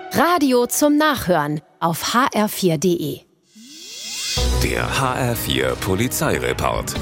Radio zum Nachhören auf hr4.de. Der HR4 Polizeireport.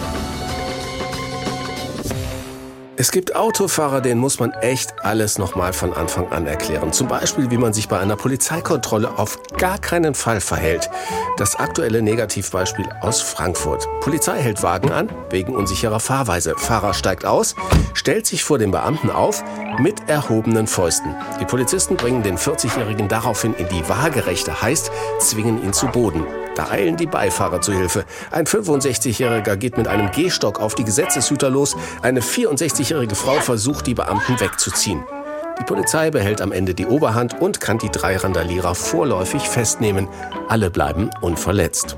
Es gibt Autofahrer, denen muss man echt alles nochmal von Anfang an erklären. Zum Beispiel, wie man sich bei einer Polizeikontrolle auf gar keinen Fall verhält. Das aktuelle Negativbeispiel aus Frankfurt. Polizei hält Wagen an, wegen unsicherer Fahrweise. Fahrer steigt aus, stellt sich vor den Beamten auf, mit erhobenen Fäusten. Die Polizisten bringen den 40-Jährigen daraufhin in die Waagerechte, heißt, zwingen ihn zu Boden. Da eilen die Beifahrer zu Hilfe. Ein 65-Jähriger geht mit einem Gehstock auf die Gesetzeshüter los. Eine 64-jährige Frau versucht, die Beamten wegzuziehen. Die Polizei behält am Ende die Oberhand und kann die 3 Randalierer vorläufig festnehmen. Alle bleiben unverletzt.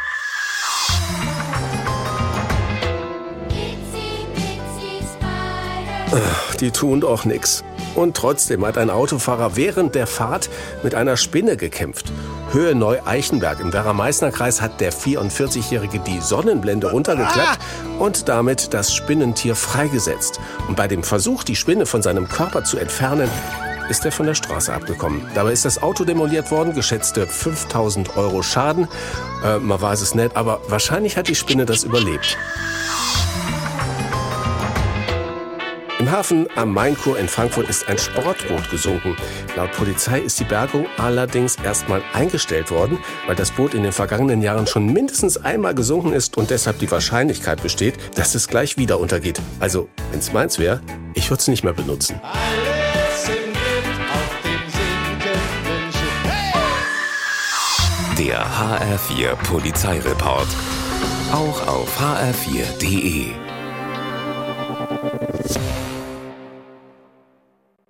Die tun doch nix. Und trotzdem hat ein Autofahrer während der Fahrt mit einer Spinne gekämpft. Höhe Neu-Eichenberg im Werra-Meißner-Kreis hat der 44-Jährige die Sonnenblende runtergeklappt und damit das Spinnentier freigesetzt. Und bei dem Versuch, die Spinne von seinem Körper zu entfernen, ist er von der Straße abgekommen. Dabei ist das Auto demoliert worden, geschätzte 5.000 € Schaden. Man weiß es nicht, aber wahrscheinlich hat die Spinne das überlebt. Im Hafen am Mainkur in Frankfurt ist ein Sportboot gesunken. Laut Polizei ist die Bergung allerdings erstmal eingestellt worden, weil das Boot in den vergangenen Jahren schon mindestens einmal gesunken ist und deshalb die Wahrscheinlichkeit besteht, dass es gleich wieder untergeht. Also, wenn es meins wäre, ich würde es nicht mehr benutzen. Der HR4 Polizeireport. Auch auf hr4.de.